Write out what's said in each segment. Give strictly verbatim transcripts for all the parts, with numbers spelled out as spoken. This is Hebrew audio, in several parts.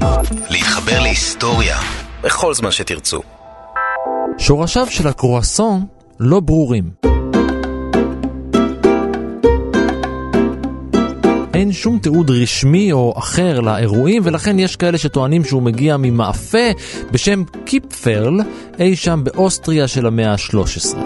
להתחבר להיסטוריה בכל זמן שתרצו. שורשיו של הקרואסון לא ברורים. אין שום תיעוד רשמי או אחר לאירועים, ולכן יש כאלה שטוענים שהוא מגיע ממאפה בשם קיפפרל, אי שם באוסטריה של המאה ה-שלוש עשרה.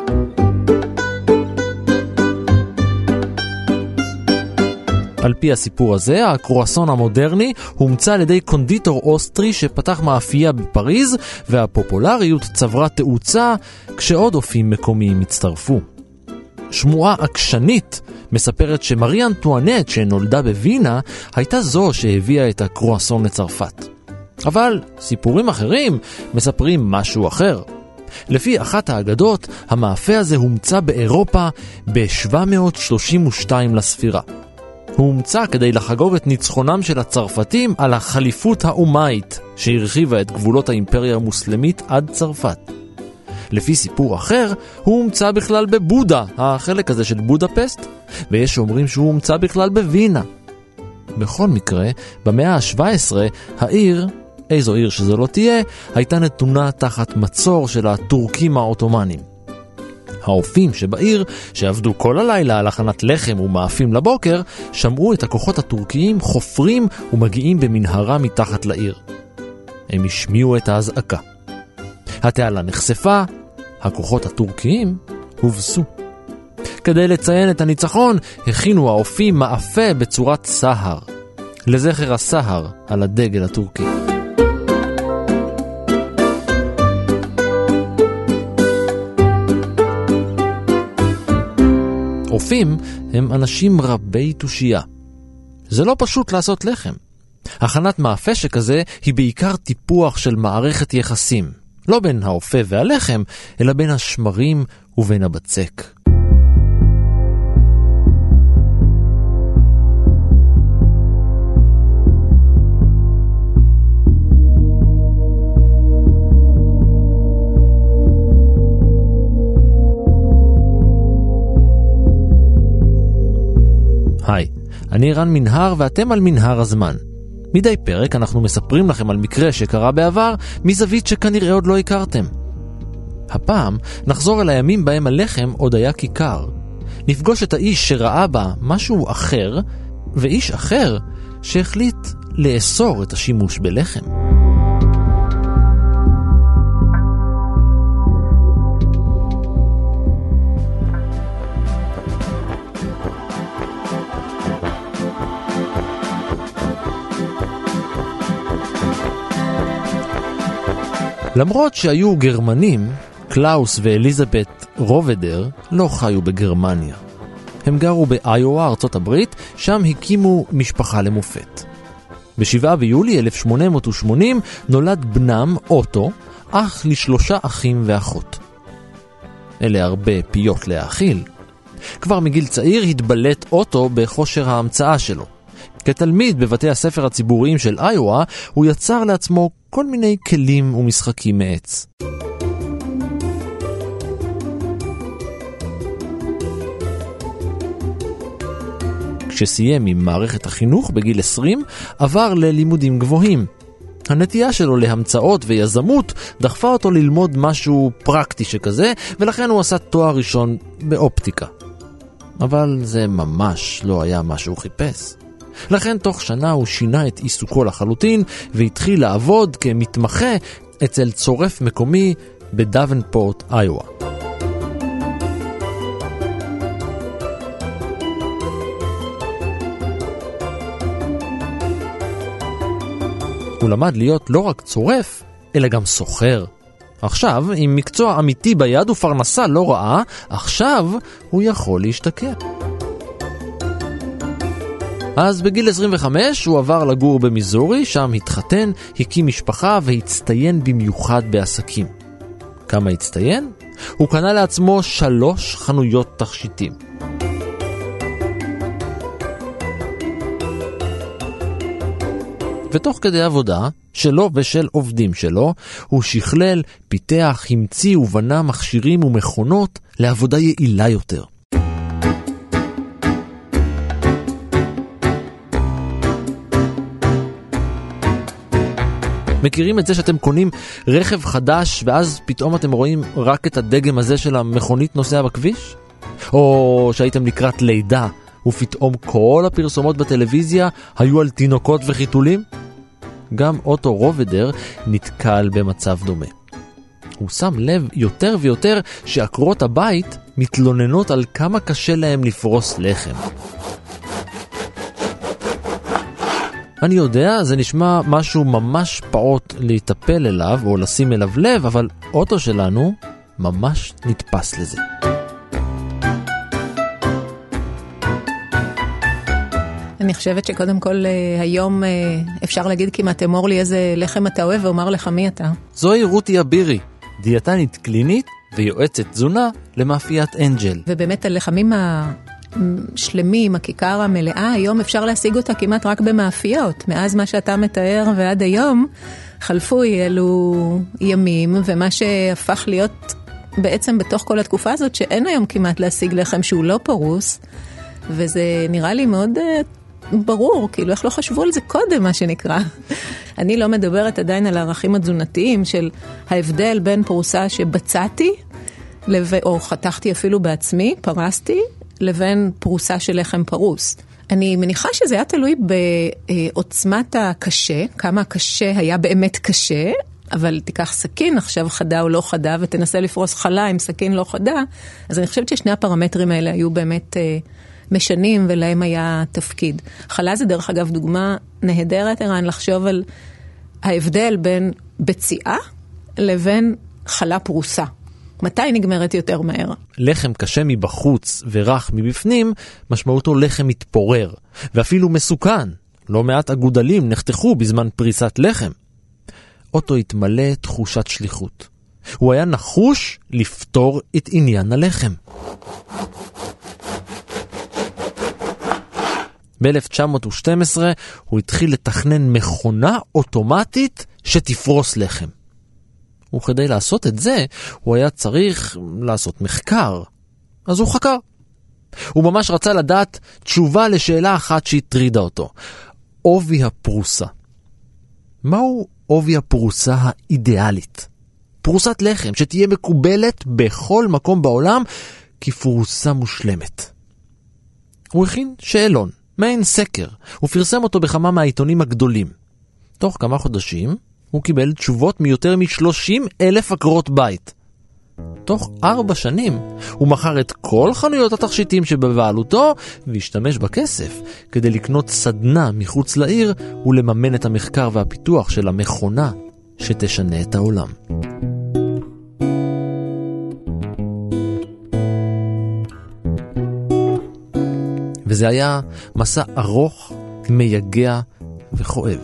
על פי הסיפור הזה, הקרואסון המודרני הומצא על ידי קונדיטור אוסטרי שפתח מאפייה בפריז, והפופולריות צברה תאוצה כשעוד אופים מקומיים הצטרפו. שמועה עקשנית מספרת שמרי אנטואנט שנולדה בווינה הייתה זו שהביאה את הקרואסון לצרפת. אבל סיפורים אחרים מספרים משהו אחר. לפי אחת האגדות, המאפה הזה הומצא באירופה ב-שבע מאות שלושים ושתיים לספירה. הוא הומצא כדי לחגוג את ניצחונם של הצרפתים על החליפות האומאית שהרחיבה את גבולות האימפריה המוסלמית עד צרפת. לפי סיפור אחר, הוא הומצא בכלל בבודה, החלק הזה של בודפסט, ויש שאומרים שהוא הומצא בכלל בווינה. בכל מקרה, במאה ה-שבע עשרה, העיר, איזו עיר שזו לא תהיה, הייתה נתונה תחת מצור של הטורקים העותומנים. האופים שבעיר, שעבדו כל הלילה על הכנת לחם ומאפים לבוקר, שמעו את הכוחות הטורקיים חופרים ומגיעים במנהרה מתחת לעיר. הם השמיעו את ההזעקה. התעלה נחשפה, הכוחות הטורקיים הובסו. כדי לציין את הניצחון, הכינו האופים מאפה בצורת סהר, לזכר הסהר על הדגל הטורקי. אופים הם אנשים רבי תושייה. זה לא פשוט לעשות לחם. הכנת מאפה שכזה היא בעיקר טיפוח של מערכת יחסים. לא בין האופה והלחם, אלא בין השמרים ובין הבצק. היי, אני רן מנהר ואתם על מנהר הזמן. מדי פרק אנחנו מספרים לכם על מקרה שקרה בעבר מזווית שכנראה עוד לא הכרתם. הפעם נחזור אל הימים בהם הלחם עוד היה כיכר. נפגוש את האיש שראה בה משהו אחר, ואיש אחר שהחליט לאסור את השימוש בלחם. למרות שהיו גרמנים, קלאוס ואליזבת רובדר לא חיו בגרמניה. הם גרו באיואה, ארצות הברית, שם הקימו משפחה למופת. בשבעה ביולי אלף שמונה מאות ושמונים נולד בנם אוטו, אח לשלושה אחים ואחות. אלה הרבה פיות להאכיל. כבר מגיל צעיר התבלט אוטו בחושר ההמצאה שלו. כתלמיד בבתי הספר הציבוריים של איואה, הוא יצר לעצמו כל מיני כלים ומשחקים מעץ. כשסיים עם מערכת החינוך בגיל עשרים, עבר ללימודים גבוהים. הנטייה שלו להמצאות ויזמות דחפה אותו ללמוד משהו פרקטי שכזה, ולכן הוא עשה תואר ראשון באופטיקה. אבל זה ממש לא היה מה שהוא חיפש. לכן תוך שנה הוא שינה את עיסוקו לחלוטין והתחיל לעבוד כמתמחה אצל צורף מקומי בדוונפורט, איואה. הוא למד להיות לא רק צורף, אלא גם סוחר. עכשיו, עם מקצוע אמיתי ביד ופרנסה לא רעה, עכשיו הוא יכול להשתקע. אז בגיל עשרים וחמש הוא עבר לגור במיזורי, שם התחתן, הקים משפחה והצטיין במיוחד בעסקים. כמה הצטיין? הוא קנה לעצמו שלוש חנויות תכשיטים. ותוך כדי עבודה, שלו ושל עובדים שלו, הוא שכלל, פיתח, המציא ובנה מכשירים ומכונות לעבודה יעילה יותר. מכירים את זה שאתם קונים רכב חדש ואז פתאום אתם רואים רק את הדגם הזה של המכונית נוסע בכביש? או שהייתם לקראת לידה ופתאום כל הפרסומות בטלוויזיה היו על תינוקות וחיתולים? גם אוטו רובדר נתקל במצב דומה. הוא שם לב יותר ויותר שעקרות הבית מתלוננות על כמה קשה להם לפרוס לחם. אני יודע, זה נשמע משהו ממש פעוט להיטפל אליו או לשים אליו לב, אבל אוטו שלנו ממש נתפס לזה. אני חושבת שקודם כל היום אפשר להגיד כמעט אמור לי איזה לחם אתה אוהב ואומר לך מי אתה. זוהי רותי אבירי, דיאטנית קלינית ויועצת תזונה למאפיית אנג'ל. ובאמת הלחמים השלמים, הכיכר המלאה, היום אפשר להשיג אותה כמעט רק במאפיות. מאז מה שאתה מתאר ועד היום חלפו אלו ימים, ומה שהפך להיות בעצם בתוך כל התקופה הזאת שאין היום כמעט להשיג לחם שהוא לא פרוס, וזה נראה לי מאוד ברור, כאילו איך לא חשבו על זה קודם מה שנקרא. אני לא מדברת עדיין על הערכים התזונתיים של ההבדל בין פרוסה שבצעתי, או חתכתי אפילו בעצמי, פרסתי, לבין פרוסה של לחם פרוס. אני מניחה שזה היה תלוי בעוצמת הקשה, כמה הקשה היה באמת קשה, אבל תיקח סכין עכשיו חדה או לא חדה, ותנסה לפרוס חלה עם סכין לא חדה, אז אני חושבת ששני הפרמטרים האלה היו באמת משנים, ולהם היה תפקיד. חלה זה דרך אגב דוגמה נהדרת, ערן, לחשוב על ההבדל בין בציעה לבין חלה פרוסה. מתי נגמרת יותר מהר? לחם קשה מבחוץ ורח מבפנים, משמעותו לחם מתפורר, ואפילו מסוכן. לא מעט אגודלים נחתכו בזמן פריסת לחם. אוטו התמלא תחושת שליחות. הוא היה נחוש לפתור את עניין הלחם. ב-אלף תשע מאות ושתים עשרה הוא התחיל לתכנן מכונה אוטומטית שתפרוס לחם. וכדי לעשות את זה, הוא היה צריך לעשות מחקר. אז הוא חקר. הוא ממש רצה לדעת תשובה לשאלה אחת שהטרידה אותו. עובי הפרוסה. מהו עובי הפרוסה האידיאלית? פרוסת לחם שתהיה מקובלת בכל מקום בעולם כפרוסה מושלמת. הוא הכין שאלון, מעין סקר, ופרסם אותו בכמה מהעיתונים הגדולים. תוך כמה חודשים הוא קיבל תשובות מיותר מ-שלושים אלף עקרות בית. תוך ארבע שנים הוא מכר את כל חנויות התכשיטים שבבעלותו והשתמש בכסף כדי לקנות סדנה מחוץ לעיר ולממן את המחקר והפיתוח של המכונה שתשנה את העולם. וזה היה מסע ארוך, מייגע וכואב.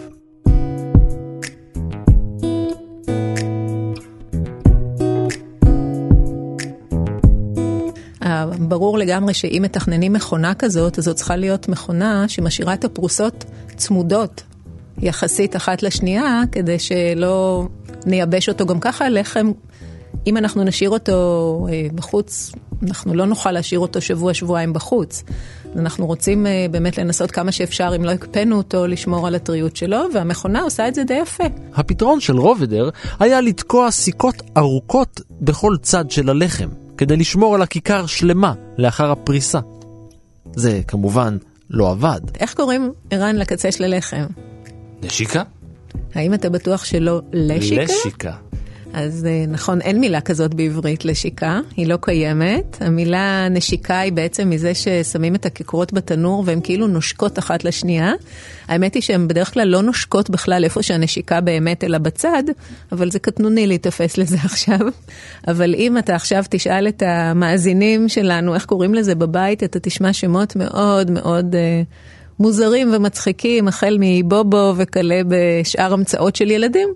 ברור לגמרי שאם מתכננים מכונה כזאת, אז זאת צריכה להיות מכונה שמשאירה את הפרוסות צמודות יחסית אחת לשנייה, כדי שלא נייבש אותו גם ככה. לחם, אם אנחנו נשאיר אותו בחוץ, אנחנו לא נוכל להשאיר אותו שבוע, שבועיים בחוץ. אנחנו רוצים באמת לנסות כמה שאפשר, אם לא הקפנו אותו, לשמור על הטריות שלו, והמכונה עושה את זה די יפה. הפתרון של רובדר היה לתקוע סיכות ארוכות בכל צד של הלחם, כדי לשמור על הכיכר שלמה לאחר הפריסה. זה כמובן לא עבד. איך קוראים, ערן, לקצה של הלחם? נשיקה? האם אתה בטוח שלא לשיקה? לשיקה. אז נכון, אין מילה כזאת בעברית לשיקה, היא לא קיימת. המילה נשיקה היא בעצם מזה ששמים את הכיכרות בתנור והן כאילו נושקות אחת לשנייה. האמת היא שהן בדרך כלל לא נושקות בכלל איפה שהנשיקה באמת אלא בצד, אבל זה קטנוני להתאפס לזה עכשיו. אבל אם אתה עכשיו תשאל את המאזינים שלנו איך קוראים לזה בבית, אתה תשמע שמות מאוד מאוד אה, מוזרים ומצחיקים, החל מבובו וכלה בשאר המצאות של ילדים.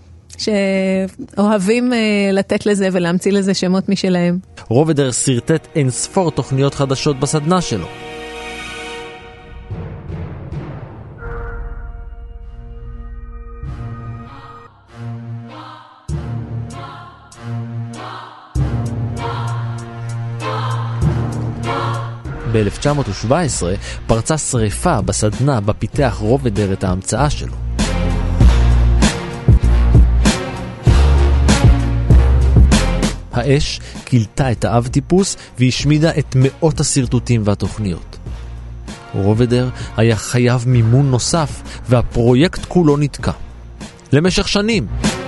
שאוהבים לתת לזה ולהמציא לזה שמות משלהם. רובדר סרטט אין ספור תוכניות חדשות בסדנה שלו. ב-אלף תשע מאות שבע עשרה פרצה שריפה בסדנה בה פיתח רובדר את ההמצאה שלו. האש קילתה את האב טיפוס והשמידה את מאות הסרטוטים והתוכניות. רובדר היה חייב מימון נוסף והפרויקט כולו נתקע. למשך שנים.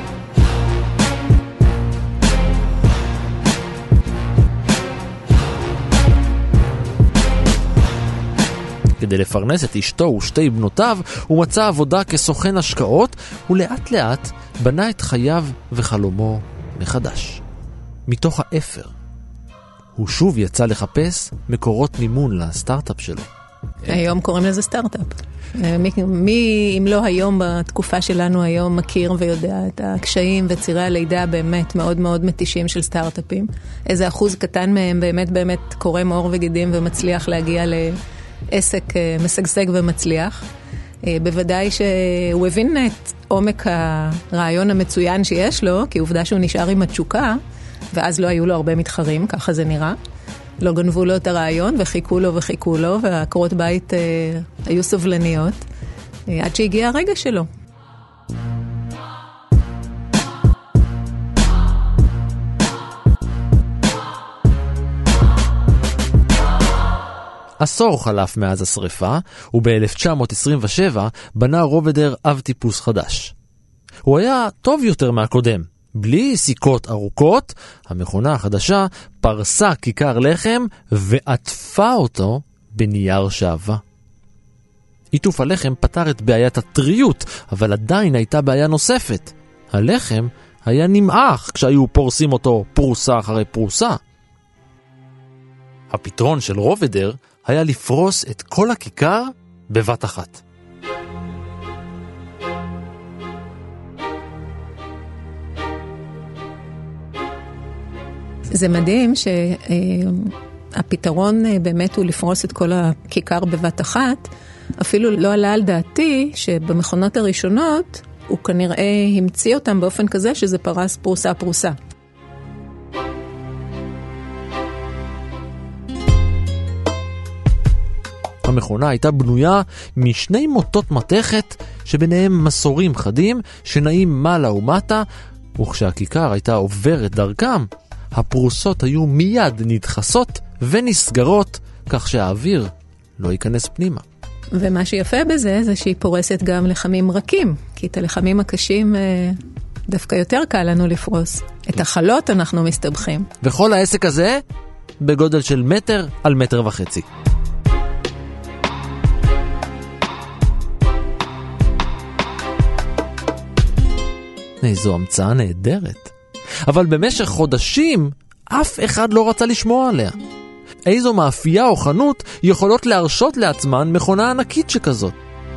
כדי לפרנס את אשתו ושתי בנותיו, הוא מצא עבודה כסוכן השקעות, ולאט לאט בנה את חייו וחלומו מחדש. מתוך האפר. הוא שוב יצא לחפש מקורות מימון לסטארט-אפ שלו. היום קוראים לזה סטארט-אפ. מי, מי אם לא היום, בתקופה שלנו היום, מכיר ויודע את הקשיים וצירי הלידה באמת מאוד מאוד מתישים של סטארט-אפים. איזה אחוז קטן מהם באמת באמת קורם עור וגידים ומצליח להגיע ל... עסק משגשג ומצליח. בוודאי שהוא הבין את עומק הרעיון המצוין שיש לו, כי עובדה שהוא נשאר עם התשוקה, ואז לא היו לו הרבה מתחרים, ככה זה נראה. לא גנבו לו את הרעיון, וחיכו לו וחיכו לו, והקורות בית אה, היו סובלניות, אה, עד שהגיע הרגע שלו. עשור חלף מאז השריפה, וב-אלף תשע מאות עשרים ושבע בנה רובדר אב טיפוס חדש. הוא היה טוב יותר מהקודם. בלי סיכות ארוכות, המכונה החדשה פרסה כיכר לחם ועטפה אותו בנייר שעבה. עיטוף הלחם פתר את בעיית הטריות, אבל עדיין הייתה בעיה נוספת. הלחם היה נמעך כשהיו פורסים אותו פרוסה אחרי פרוסה. הפתרון של רובדר היה לפרוס את כל הכיכר בבת אחת. זה מדהים שהפתרון באמת הוא לפרוס את כל הכיכר בבת אחת. אפילו לא עלה על דעתי שבמכונות הראשונות הוא כנראה המציא אותם באופן כזה שזה פרס פרוסה פרוסה. המכונה הייתה בנויה משני מוטות מתכת שביניהם מסורים חדים שנעים מעלה ומטה, וכשהכיכר הייתה עוברת דרכם, הפרוסות היו מיד נדחסות ונסגרות כך שהאוויר לא ייכנס פנימה. ומה שיפה בזה זה שהיא פורסת גם לחמים רכים, כי את הלחמים הקשים דווקא יותר קל לנו לפרוס. את החלות אנחנו מסתבכים. וכל העסק הזה בגודל של מטר על מטר וחצי. איזו המצאה נהדרת. אבל במשך חודשים אף אחד לא רצה לשמוע עליה. איזו מאפייה או חנות יכולות להרשות לעצמן מכונה ענקית שכזאת.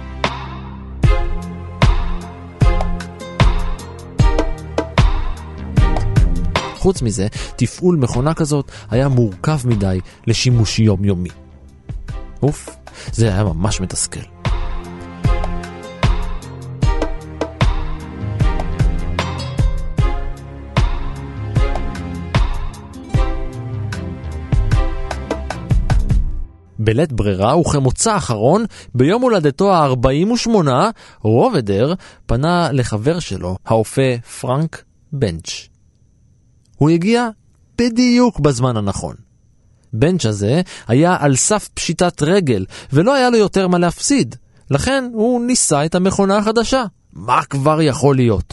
חוץ מזה, תפעול מכונה כזאת היה מורכב מדי לשימוש יומיומי. אוף, זה היה ממש מתסכל. בלית ברירה וכמוצא אחרון, ביום הולדתו ה-ארבעים ושמונה, רובדר פנה לחבר שלו, האופה פרנק בנץ'. הוא הגיע בדיוק בזמן הנכון. בנץ' הזה היה על סף פשיטת רגל, ולא היה לו יותר מה להפסיד. לכן הוא ניסה את המכונה החדשה. מה כבר יכול להיות?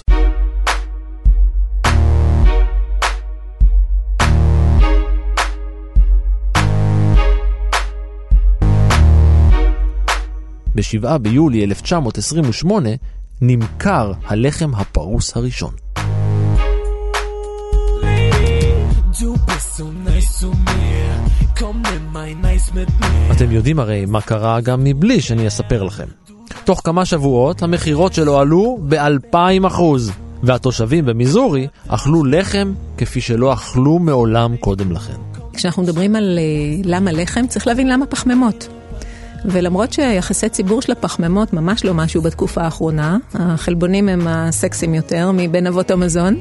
ב-שבעה ביולי אלף תשע מאות עשרים ושמונה נמכר הלחם הפרוס הראשון. אתם יודעים הרי מה קרה גם מבלי שאני אספר לכם. תוך כמה שבועות המחירות שלו עלו ב-אלפיים אחוז, והתושבים במיזורי אכלו לחם כפי שלא אכלו מעולם קודם לכן. כשאנחנו מדברים על למה לחם, צריך להבין למה פחמימות. ולמרות שיחסי ציבור של הפחמימות ממש לא משהו בתקופה האחרונה, החלבונים הם הסקסים יותר מבין אבות המזון,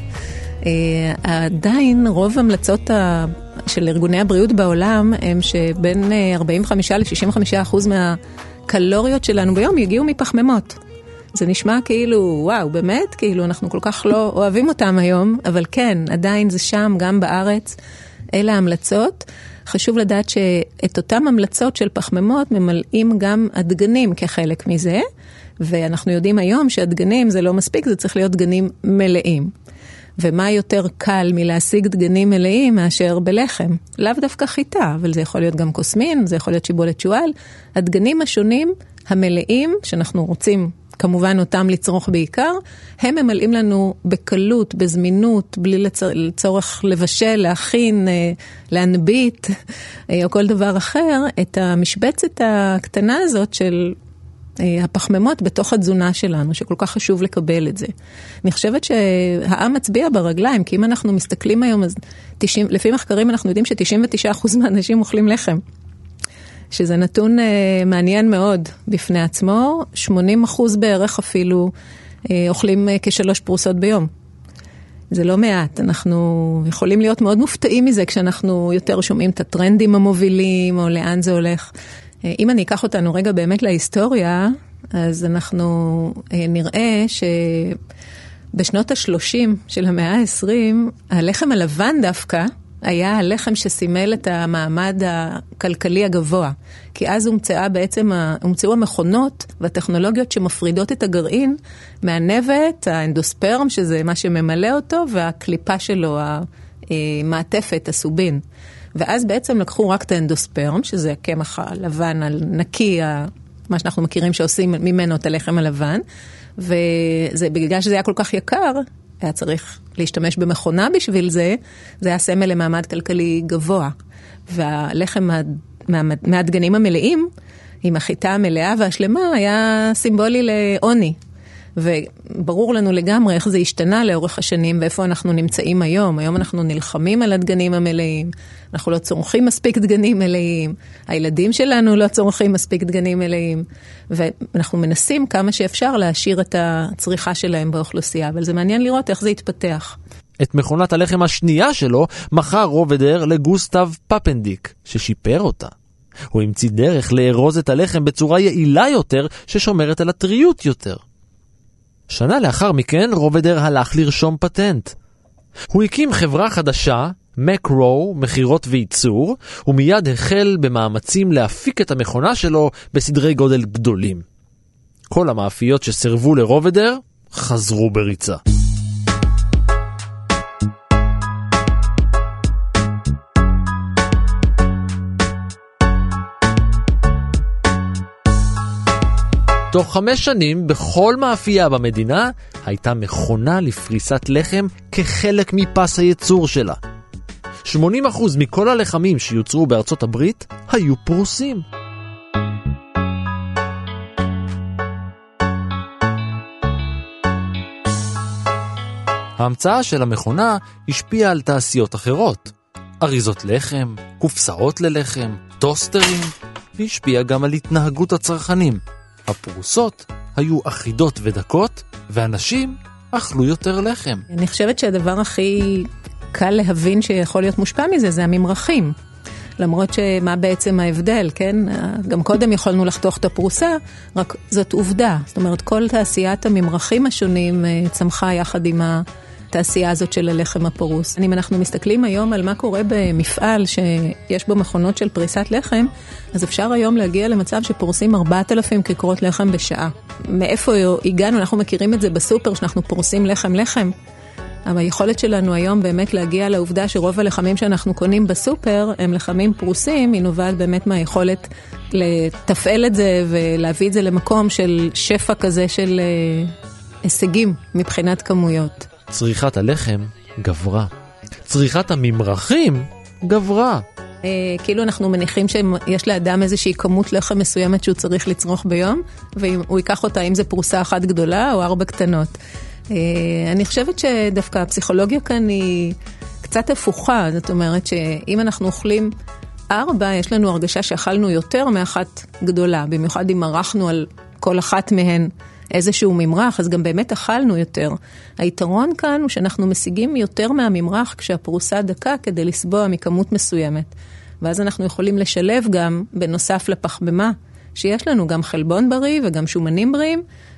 עדיין רוב המלצות של ארגוני הבריאות בעולם הם שבין ארבעים וחמישה עד שישים וחמישה אחוז מהקלוריות שלנו ביום יגיעו מפחמימות. זה נשמע כאילו, וואו, באמת, כאילו אנחנו כל כך לא אוהבים אותם היום, אבל כן, עדיין זה שם, גם בארץ, אלה ההמלצות. חשוב לדעת שאת אותם המלצות של פחמימות ממלאים גם הדגנים כחלק מזה, ואנחנו יודעים היום שהדגנים זה לא מספיק, זה צריך להיות דגנים מלאים. ומה יותר קל מלהשיג דגנים מלאים מאשר בלחם? לאו דווקא חיטה, אבל זה יכול להיות גם קוסמין, זה יכול להיות שיבולת שועל. הדגנים השונים, המלאים, שאנחנו רוצים כמובן אותם לצרוך בעיקר, הם ממלאים לנו בקלות, בזמינות, בלי לצור... לצורך לבשל, להכין, להנביט, או כל דבר אחר, את המשבצת הקטנה הזאת של הפחמימות בתוך התזונה שלנו, שכל כך חשוב לקבל את זה. אני חושבת שהעם מצביע ברגליים, כי אם אנחנו מסתכלים היום, אז תשעים, לפי מחקרים אנחנו יודעים ש-תשעים ותשעה אחוז מהאנשים אוכלים לחם. שזה נתון uh, מעניין מאוד בפני עצמו, שמונים אחוז בערך אפילו uh, אוכלים uh, כשלוש פרוסות ביום. זה לא מעט, אנחנו יכולים להיות מאוד מופתעים מזה, כשאנחנו יותר שומעים את הטרנדים המובילים, או לאן זה הולך. Uh, אם אני אקח אותנו רגע באמת להיסטוריה, אז אנחנו uh, נראה שבשנות ה-שלושים של המאה ה-עשרים, הלחם הלבן דווקא, היה הלחם שסימל את המעמד הכלכלי הגבוה. כי אז הומצאה בעצם, הומצאו המכונות והטכנולוגיות שמפרידות את הגרעין מהנבט, האנדוספרם, שזה מה שממלא אותו, והקליפה שלו, המעטפת, הסובין. ואז בעצם לקחו רק את האנדוספרם, שזה הקמח הלבן, הנקי, מה שאנחנו מכירים שעושים ממנו את הלחם הלבן, ובגלל שזה היה כל כך יקר, היה צריך להשתמש במכונה בשביל זה, זה היה סמל למעמד כלכלי גבוה. והלחם מה, מהדגנים המלאים, עם החיטה המלאה והשלמה, היה סימבולי לעוני. וברור לנו לגמרי איך זה השתנה לאורך השנים, ואיפה אנחנו נמצאים היום. היום אנחנו נלחמים על הדגנים המלאים, אנחנו לא צורכים מספיק דגנים מלאים, הילדים שלנו לא צורכים מספיק דגנים מלאים, ואנחנו מנסים כמה שאפשר להשאיר את הצריכה שלהם באוכלוסייה, אבל זה מעניין לראות איך זה יתפתח. את מכונת הלחם השנייה שלו מכר רובדר לגוסטב פפנדיק, ששיפר אותה. הוא המציא דרך לארוז את הלחם בצורה יעילה יותר, ששומרת על הטריות יותר. שנה לאחר מכן רובדר הלך לרשום פטנט. הוא הקים חברה חדשה, מקרו, מחירות וייצור, ומיד החל במאמצים להפיק את המכונה שלו בסדרי גודל גדולים. כל המאפיות שסרבו לרובדר חזרו בריצה. תוך חמש שנים, בכל מאפייה במדינה, הייתה מכונה לפריסת לחם כחלק מפס הייצור שלה. שמונים אחוז מכל הלחמים שיוצרו בארצות הברית היו פרוסים. ההמצאה של המכונה השפיעה על תעשיות אחרות. אריזות לחם, קופסאות ללחם, טוסטרים, והשפיעה גם על התנהגות הצרכנים. הפרוסות היו אחידות ודקות, ואנשים אכלו יותר לחם. אני חושבת שהדבר הכי קל להבין שיכול להיות מושפע מזה, זה הממרחים. למרות שמה בעצם ההבדל, כן? גם קודם יכולנו לחתוך את הפרוסה, רק זאת עובדה. זאת אומרת, כל תעשיית הממרחים השונים צמחה יחד עם התעשייה הזאת של הלחם הפרוס. אם אנחנו מסתכלים היום על מה קורה במפעל שיש בו מכונות של פריסת לחם, אז אפשר היום להגיע למצב שפורסים ארבעת אלפים כיכרות לחם בשעה. מאיפה הגענו? אנחנו מכירים את זה בסופר, שאנחנו פורסים לחם לחם. אבל היכולת שלנו היום באמת להגיע לעובדה שרוב הלחמים שאנחנו קונים בסופר הם לחמים פרוסים, היא נובעת באמת מהיכולת לתפעל את זה ולהביא את זה למקום של שפע כזה של הישגים מבחינת כמויות. צריכת הלחם גברה. צריכת הממרחים גברה. כאילו אנחנו מניחים שיש לאדם איזושהי כמות לחם מסוימת שהוא צריך לצרוך ביום, והוא ייקח אותה אם זה פרוסה אחת גדולה או ארבע קטנות. אני חושבת שדווקא הפסיכולוגיה כאן היא קצת הפוכה, זאת אומרת שאם אנחנו אוכלים ארבע, יש לנו הרגשה שאכלנו יותר מאחת גדולה, במיוחד אם ערכנו על כל אחת מהן איזשהו ממרח, אז גם באמת אכלנו יותר. היתרון כאן הוא שאנחנו משיגים יותר מהממרח כשהפרוסה דקה כדי לסבוע מכמות מסוימת. ואז אנחנו יכולים לשלב גם בנוסף לפחמימה, שיש לנו גם חלבון בריא וגם שומנים בריאים,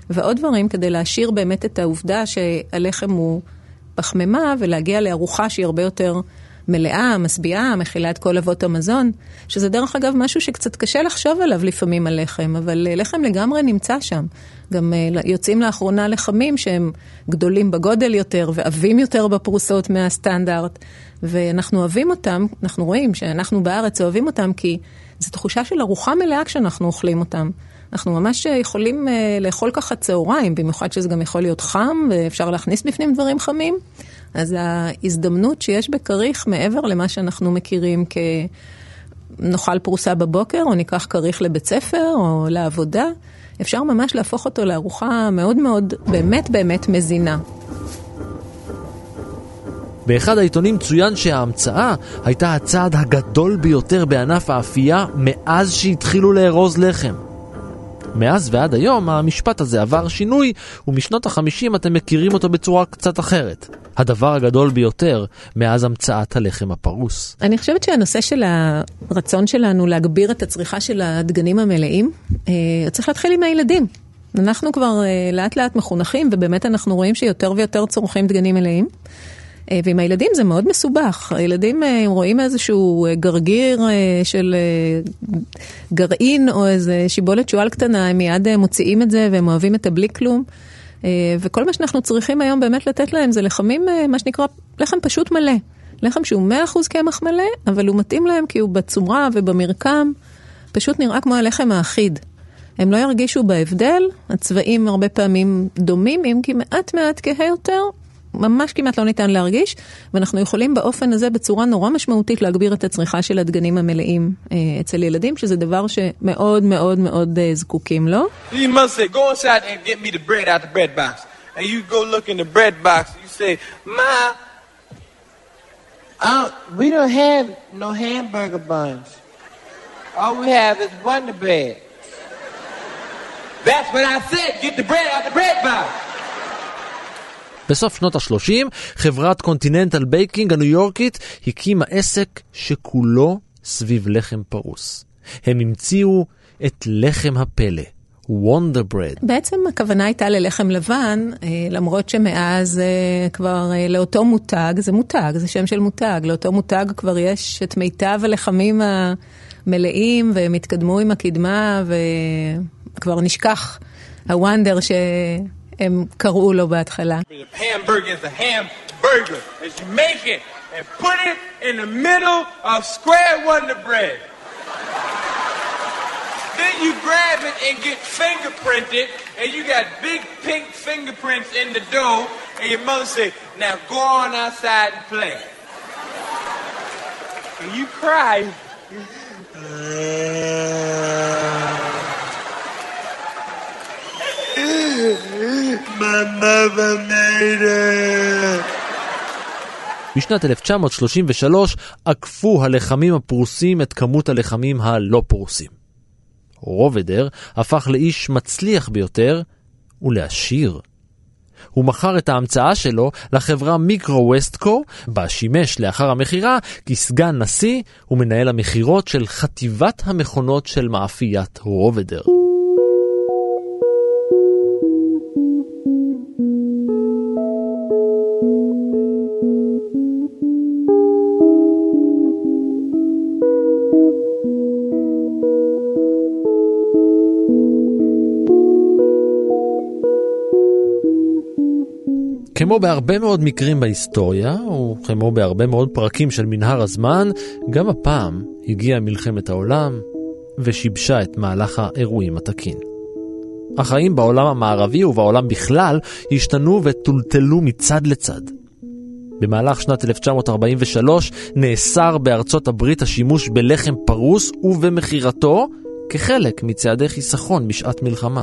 ועוד דברים כדי להשאיר באמת את העובדה שהלחם הוא פחמימה ולהגיע לארוחה שהיא הרבה יותר מלאה, מסביעה, מכילה את כל אבות המזון, שזה דרך אגב משהו שקצת קשה לחשוב עליו לפעמים על לחם, אבל לחם לגמרי נמצא שם. גם יוצאים לאחרונה לחמים שהם גדולים בגודל יותר ועבים יותר בפרוסות מהסטנדרט, ואנחנו אוהבים אותם, אנחנו רואים שאנחנו בארץ אוהבים אותם כי זו תחושה של ארוחה מלאה כשאנחנו אוכלים אותם. אנחנו ממש יכולים לאכול ככה צהריים, במיוחד שזה גם יכול להיות חם ואפשר להכניס בפנים דברים חמים. אז ההזדמנות שיש בכריך מעבר למה שאנחנו מכירים כנאכל פרוסה בבוקר, או ניקח כריך לבית ספר או לעבודה, אפשר ממש להפוך אותו לארוחה מאוד מאוד, באמת באמת מזינה. באחד העיתונים צוין שההמצאה הייתה הצעד הגדול ביותר בענף האפייה מאז שהתחילו לארוז לחם. מאז ועד היום המשפט הזה עבר שינוי, ומשנות החמישים אתם מכירים אותו בצורה קצת אחרת. הדבר הגדול ביותר מאז המצאת הלחם הפרוס. אני חושבת שהנושא של הרצון שלנו להגביר את הצריכה של הדגנים המלאים, צריך להתחיל עם הילדים. אנחנו כבר לאט לאט מחונכים, ובאמת אנחנו רואים שיותר ויותר צורכים דגנים מלאים. ועם הילדים זה מאוד מסובך. הילדים רואים איזשהו גרגיר של גרעין או איזה שיבולת שואל קטנה, הם מיד מוציאים את זה והם אוהבים את הבלי כלום. וכל מה שאנחנו צריכים היום באמת לתת להם זה לחמים, מה שנקרא לחם פשוט מלא. לחם שהוא מאה אחוז קמח מלא, אבל הוא מתאים להם כי הוא בצורה ובמרקם פשוט נראה כמו הלחם האחיד. הם לא ירגישו בהבדל, הצבעים הרבה פעמים דומים, אם כי מעט מעט כהה יותר, ממש כמעט לא ניתן להרגיש, ואנחנו יכולים באופן הזה בצורה נורא משמעותית להגביר את הצריכה של הדגנים המלאים אה, אצל ילדים, שזה דבר שמאוד מאוד מאוד אה, זקוקים לו. You must say, go inside and get me the bread out the bread box. And you go look in the bread box and you say, Ma, uh, we don't have no hamburger buns. All we have is Wonder Bread. That's what I said, get the bread out the bread box. בסוף שנות ה-שלושים, חברת קונטיננטל בייקינג הניו יורקית הקימה עסק שכולו סביב לחם פרוס. הם המציאו את לחם הפלא, Wonder Bread. בעצם הכוונה הייתה ללחם לבן, למרות שמאז כבר לאותו מותג, זה מותג, זה שם של מותג, לאותו מותג כבר יש את מיטב הלחמים המלאים, והם התקדמו עם הקדמה, וכבר נשכח הוונדר ש... הם קראו לו בהתחלה. Hamburger is a hamburger. As you make it and put it in the middle of square Wonder Bread. Then you grab it and get fingerprinted, and you got big pink fingerprints in the dough, and your mother say, now go on outside and play. And you cry. My mother made it. בשנת אלף תשע מאות שלושים ושלוש עקפו הלחמים הפרוסים את כמות הלחמים הלא פרוסים. רובדר הפך לאיש מצליח ביותר ולעשיר. הוא מכר את ההמצאה שלו לחברה מיקרו ווסטקו, בה שימש לאחר המחירה כסגן נשיא ומנהל המחירות של חטיבת המכונות של מאפיית רובדר. כמו בהרבה מאוד מקרים בהיסטוריה, וכמו בהרבה מאוד פרקים של מנהר הזמן, גם הפעם הגיעה מלחמת העולם ושיבשה את מהלך האירועים התקין. החיים בעולם המערבי ובעולם בכלל השתנו וטולטלו מצד לצד. במהלך שנת אלף תשע מאות ארבעים ושלוש נאסר בארצות הברית השימוש בלחם פרוס ובמחירתו כחלק מצעדי חיסכון בשעת מלחמה.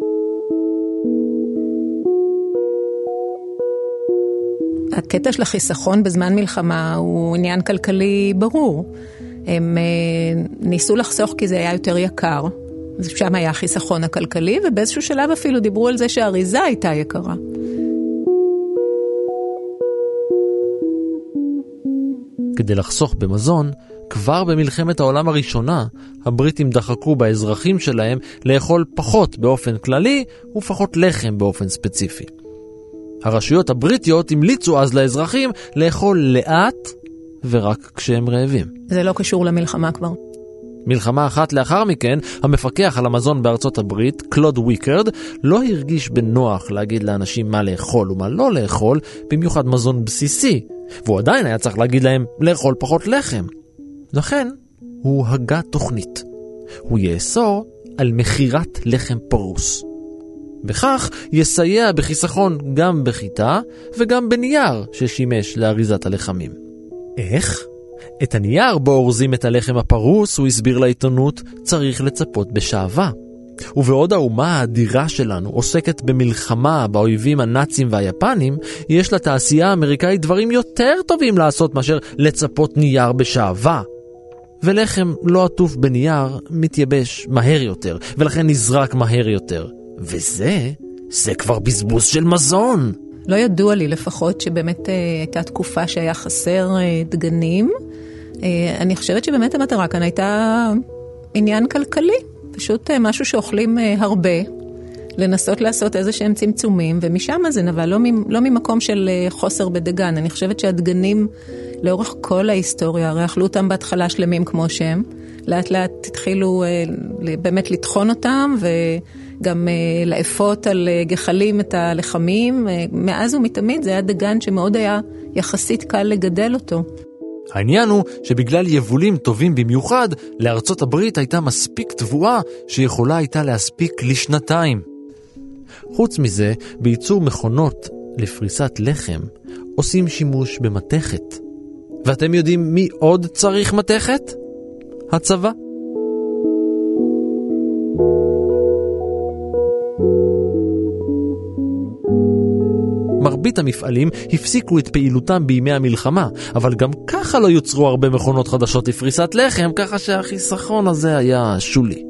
הקטע של החיסכון בזמן מלחמה הוא עניין כלכלי ברור. הם ניסו לחסוך כי זה היה יותר יקר. שם היה החיסכון הכלכלי, ובאיזשהו שלב אפילו דיברו על זה שהאריזה הייתה יקרה. כדי לחסוך במזון, כבר במלחמת העולם הראשונה, הבריטים דחקו באזרחים שלהם לאכול פחות באופן כללי ופחות לחם באופן ספציפי. הרשויות הבריטיות המליצו אז לאזרחים לאכול לאט ורק כשהם רעבים. זה לא קשור למלחמה כבר. מלחמה אחת לאחר מכן, המפקח על המזון בארצות הברית, קלוד ויקרד, לא הרגיש בנוח להגיד לאנשים מה לאכול ומה לא לאכול, במיוחד מזון בסיסי, והוא עדיין היה צריך להגיד להם לאכול פחות לחם. לכן, הוא הגה תוכנית. הוא יאסור על מחירת לחם פרוס. בכך יסייע בחיסכון גם בחיטה וגם בנייר ששימש לאריזת הלחמים. איך? את הנייר בו אורזים את הלחם הפרוס, הוא הסביר לעיתונות, צריך לצפות בשעבה. ובעוד האומה האדירה שלנו עוסקת במלחמה באויבים הנאצים והיפנים, יש לתעשייה האמריקאית דברים יותר טובים לעשות מאשר לצפות נייר בשעבה. ולחם לא עטוף בנייר מתייבש מהר יותר, ולכן נזרק מהר יותר. וזה, זה כבר בזבוז של מזון. לא ידוע לי לפחות שבאמת הייתה תקופה שהיה חסר דגנים. אני חושבת שבאמת המטרה כאן הייתה עניין כלכלי. פשוט משהו שאוכלים הרבה, לנסות לעשות איזה שהם צמצומים, ומשם זה נבע, לא, לא ממקום של חוסר בדגן. אני חושבת שהדגנים לאורך כל ההיסטוריה, הרי אכלו אותם בהתחלה שלמים כמו שהם, לאט לאט התחילו באמת לטחון אותם, וגם לאפות על גחלים את הלחמים. מאז ומתמיד זה היה דגן שמאוד היה יחסית קל לגדל אותו. העניין הוא שבגלל יבולים טובים במיוחד, לארצות הברית הייתה מספיק תבואה שיכולה הייתה להספיק לשנתיים. חוץ מזה, בייצור מכונות לפריסת לחם, עושים שימוש במתכת. ואתם יודעים מי עוד צריך מתכת? הצבא. מרבית המפעלים הפסיקו את פעילותם בימי המלחמה, אבל גם ככה לא יוצרו הרבה מכונות חדשות לפריסת לחם, ככה שהחיסכון הזה היה שולי.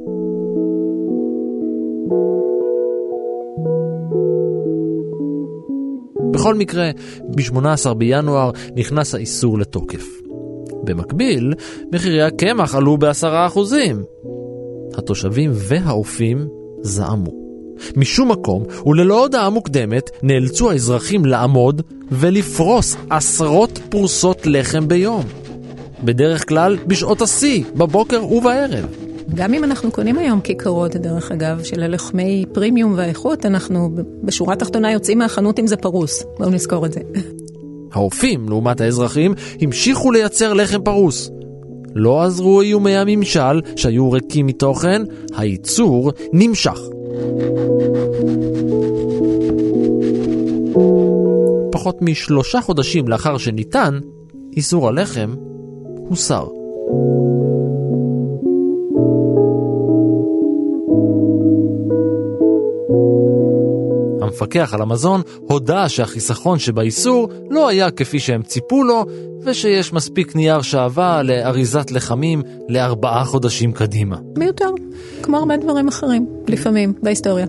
בכל מקרה, ב-שמונה עשר בינואר נכנס האיסור לתוקף. במקביל, מחירי הקמח עלו בעשרה אחוזים. התושבים והאופים זעמו. משום מקום, וללא הודעה מוקדמת, נאלצו האזרחים לעמוד ולפרוס עשרות פרוסות לחם ביום. בדרך כלל בשעות השיא, בבוקר ובערב. גם אם אנחנו קונים היום כיכרות, דרך אגב, של הלחמי פרימיום והאיכות, אנחנו בשורה התחתונה יוצאים מהחנות אם זה פרוס. בואו נזכור את זה. האופים, לעומת האזרחים, המשיכו לייצר לחם פרוס. לא עזרו איומי הממשל, שהיו ריקים מתוכן, הייצור נמשך. פחות משלושה חודשים לאחר שניתן, איסור הלחם הוסר. המפקח על המזון הודע שהחיסכון שבאיסור לא היה כפי שהם ציפו לו, ושיש מספיק נייר שעבה לאריזת לחמים לארבעה חודשים קדימה. מיותר, כמו הרבה דברים אחרים, לפעמים, בהיסטוריה.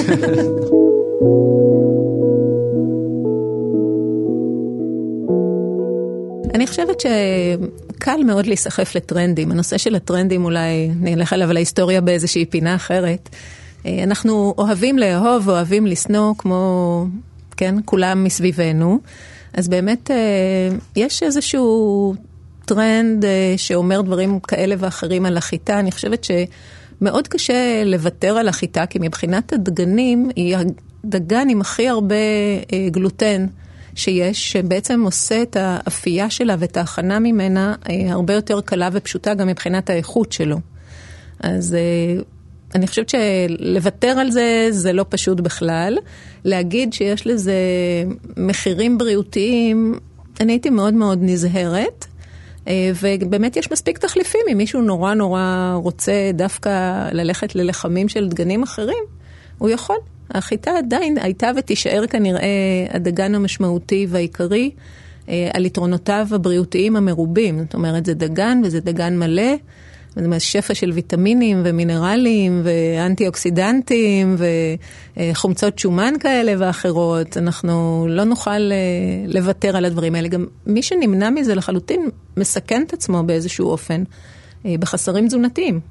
אני חושבת שקל מאוד להיסחף לטרנדים. הנושא של הטרנדים אולי נלך עליו להיסטוריה באיזושהי פינה אחרת. אנחנו אוהבים לאהוב, אוהבים לסנוע, כמו, כן, כולם מסביבנו. אז באמת יש איזשהו טרנד שאומר דברים כאלה ואחרים על החיטה. אני חושבת שמאוד קשה לוותר על החיטה, כי מבחינת הדגנים, היא הדגן עם הכי הרבה גלוטן שיש, שבעצם עושה את האפייה שלה ואת ההכנה ממנה הרבה יותר קלה ופשוטה גם מבחינת האיכות שלו. אז אני חושבת שלוותר על זה, זה לא פשוט בכלל. להגיד שיש לזה מחירים בריאותיים, אני הייתי מאוד מאוד נזהרת, ובאמת יש מספיק תחליפים. אם מישהו נורא נורא רוצה דווקא ללכת ללחמים של דגנים אחרים, הוא יכול. החיטה עדיין הייתה ותישאר כנראה הדגן המשמעותי והעיקרי, על יתרונותיו הבריאותיים המרובים. זאת אומרת, זה דגן וזה דגן מלא, זאת אומרת, שפע של ויטמינים ומינרלים ואנטי-אוקסידנטים וחומצות שומן כאלה ואחרות. אנחנו לא נוכל לוותר על הדברים האלה. גם מי שנמנע מזה לחלוטין מסכן את עצמו באיזשהו אופן בחסרים תזונתיים.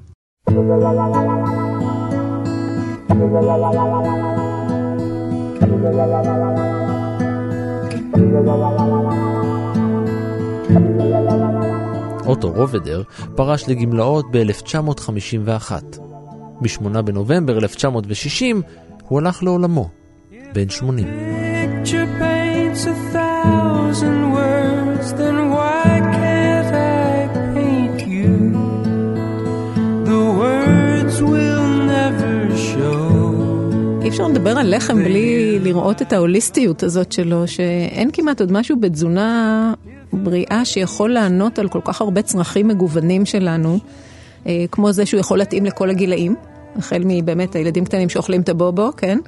אוטו רובדר פרש לגמלאות ב-אלף תשע מאות חמישים ואחת. ב-שמונה בנובמבר אלף תשע מאות ושישים הוא הלך לעולמו, בן שמונים. אי אפשר לדבר על לחם בלי לראות את ההוליסטיות הזאת שלו, שאין כמעט עוד משהו בתזונה בריאה שיכול לענות על כל כך הרבה צרכים מגוונים שלנו, כמו זה שהוא יכול להתאים לכל הגילאים, החל מבאמת הילדים קטנים שאוכלים את הבובו, כן?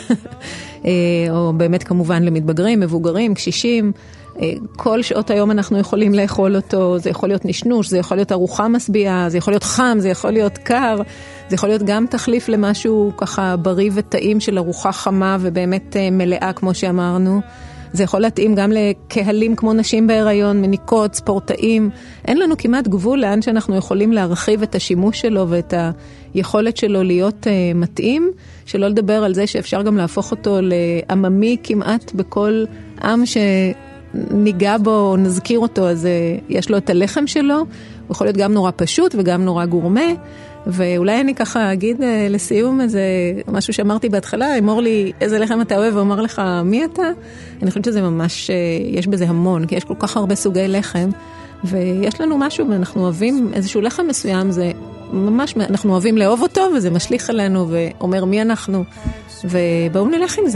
או באמת כמובן למתבגרים, מבוגרים, קשישים, כל שעות היום אנחנו יכולים לאכול אותו, זה יכול להיות נשנוש, זה יכול להיות ארוחה משביעה, זה יכול להיות חם, זה יכול להיות קר, זה יכול להיות גם תחליף למשהו ככה בריא וטעים של ארוחה חמה ובאמת מלאה כמו שאמרנו. זה יכול להתאים גם לקהלים כמו נשים בהיריון, מניקות, ספורטאים. אין לנו כמעט גבול לאן שאנחנו יכולים להרחיב את השימוש שלו ואת היכולת שלו להיות uh, מתאים, שלא לדבר על זה שאפשר גם להפוך אותו לעממי כמעט בכל עם שניגע בו או נזכיר אותו, אז uh, יש לו את הלחם שלו, הוא יכול להיות גם נורא פשוט וגם נורא גורמה, ואולי אני ככה אגיד uh, לסיום איזה משהו שאמרתי בהתחלה, אמור לי איזה לחם אתה אוהב ואומר לך מי אתה, אני חושבת שזה ממש, uh, יש בזה המון, כי יש כל כך הרבה סוגי לחם, ויש לנו משהו ואנחנו אוהבים איזשהו לחם מסוים, זה ממש, אנחנו אוהבים לאהוב אותו וזה משליך עלינו ואומר מי אנחנו, ובואו נלך עם זה.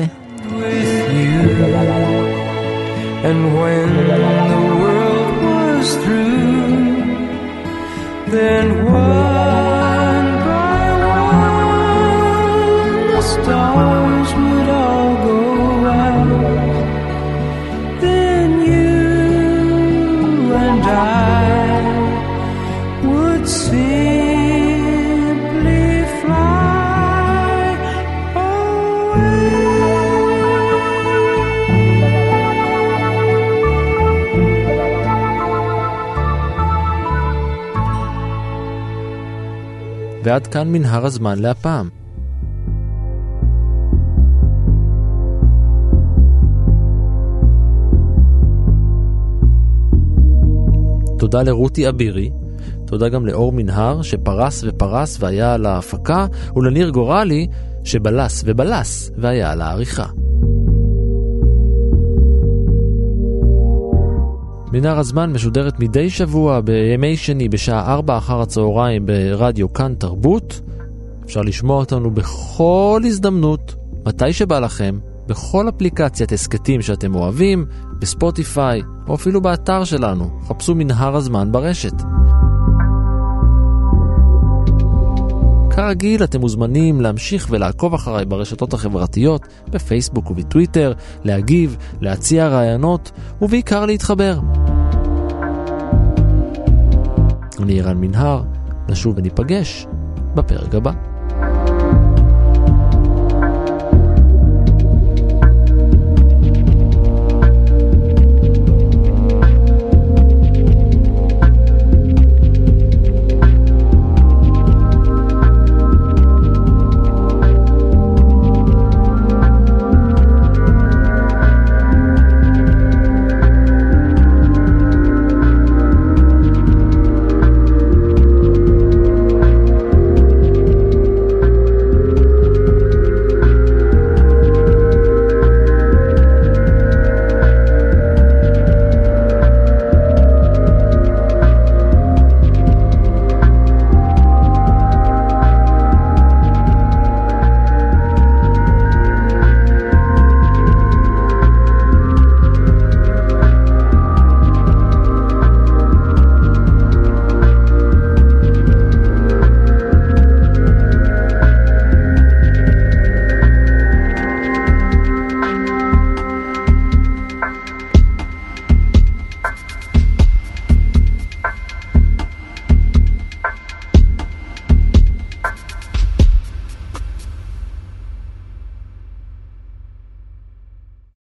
And when the world was through, then one by one the stars would all go out. Then you and I would simply fly away. ועד כאן מנהר הזמן להפעם. תודה לרותי אבירי, תודה גם לאור מנהר שפרס ופרס והיה על ההפקה, ולניר גורלי שבלס ובלס והיה על העריכה. מנהר הזמן משודרת מדי שבוע בימי שני בשעה ארבע אחר הצהריים ברדיו כאן תרבות. אפשר לשמוע אותנו בכל הזדמנות, מתי שבא לכם, בכל אפליקציית הסקטים שאתם אוהבים, בספוטיפיי או אפילו באתר שלנו. חפשו מנהר הזמן ברשת. כרגיל אתם מוזמנים להמשיך ולעקוב אחריי ברשתות החברתיות, בפייסבוק ובטוויטר, להגיב, להציע רעיונות ובעיקר להתחבר. אני אירן מנהר, נשוב וניפגש בפרק הבא.